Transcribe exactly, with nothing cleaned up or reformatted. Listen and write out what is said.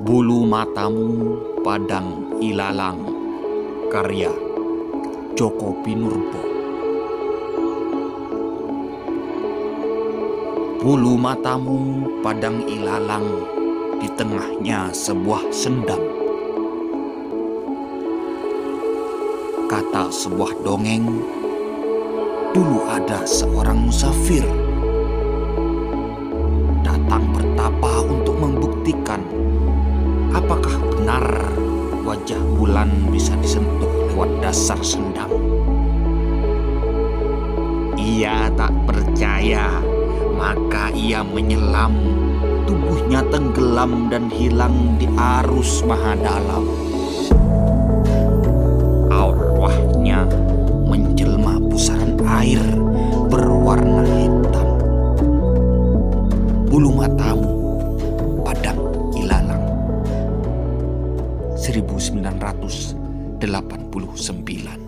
Bulu matamu padang ilalang, karya Djoko Pinurbo. Bulu matamu padang ilalang, di tengahnya sebuah sendam. Kata sebuah dongeng, dulu ada seorang musafir datang bertapa untuk membuktikan apakah benar wajah bulan bisa disentuh lewat dasar sendam. Ia tak percaya, maka ia menyelam. Tubuhnya tenggelam dan hilang di arus maha dalam. Arwahnya menjelma pusaran air berwarna hitam. Bulu matamu padang ilalang. seribu sembilan ratus delapan puluh sembilan.